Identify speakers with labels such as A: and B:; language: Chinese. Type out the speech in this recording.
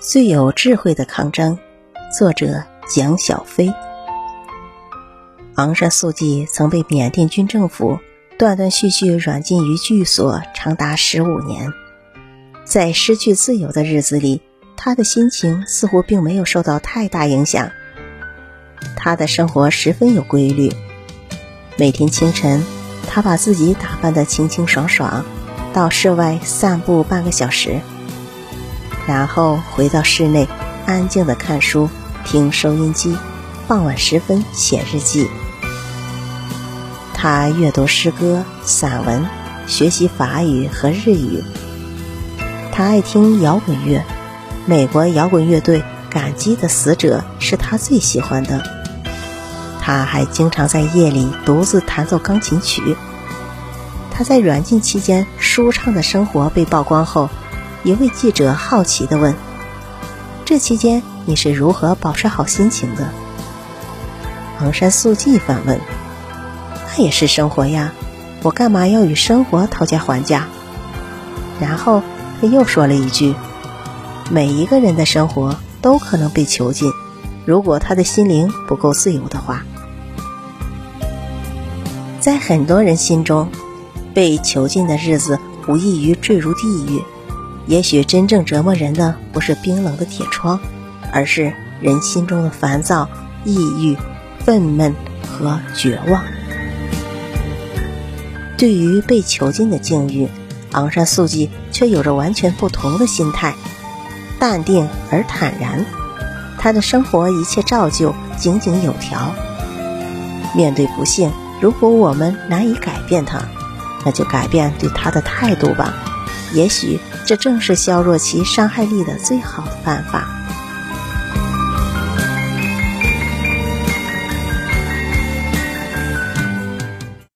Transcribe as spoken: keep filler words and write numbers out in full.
A: 最有智慧的抗争，作者蒋小飞。昂山素季曾被缅甸军政府断断续续软禁于寓所长达十五年，在失去自由的日子里，他的心情似乎并没有受到太大影响。他的生活十分有规律，每天清晨，他把自己打扮得清清爽爽，到室外散步半个小时，然后回到室内安静地看书，听收音机，傍晚时分写日记。他阅读诗歌、散文，学习法语和日语。他爱听摇滚乐，美国摇滚乐队感激的死者是他最喜欢的。他还经常在夜里独自弹奏钢琴曲。他在软禁期间舒畅的生活被曝光后，一位记者好奇地问：这期间你是如何保持好心情的？昂山素季反问：那也是生活呀，我干嘛要与生活讨价还价？然后他又说了一句：每一个人的生活都可能被囚禁，如果他的心灵不够自由的话。在很多人心中，被囚禁的日子无异于坠入地狱。也许真正折磨人的不是冰冷的铁窗，而是人心中的烦躁、抑郁、愤懑和绝望。对于被囚禁的境遇，昂山素季却有着完全不同的心态，淡定而坦然。他的生活一切照旧，井井有条。面对不幸，如果我们难以改变它，那就改变对它的态度吧。也许这正是削弱其伤害力的最好的办法。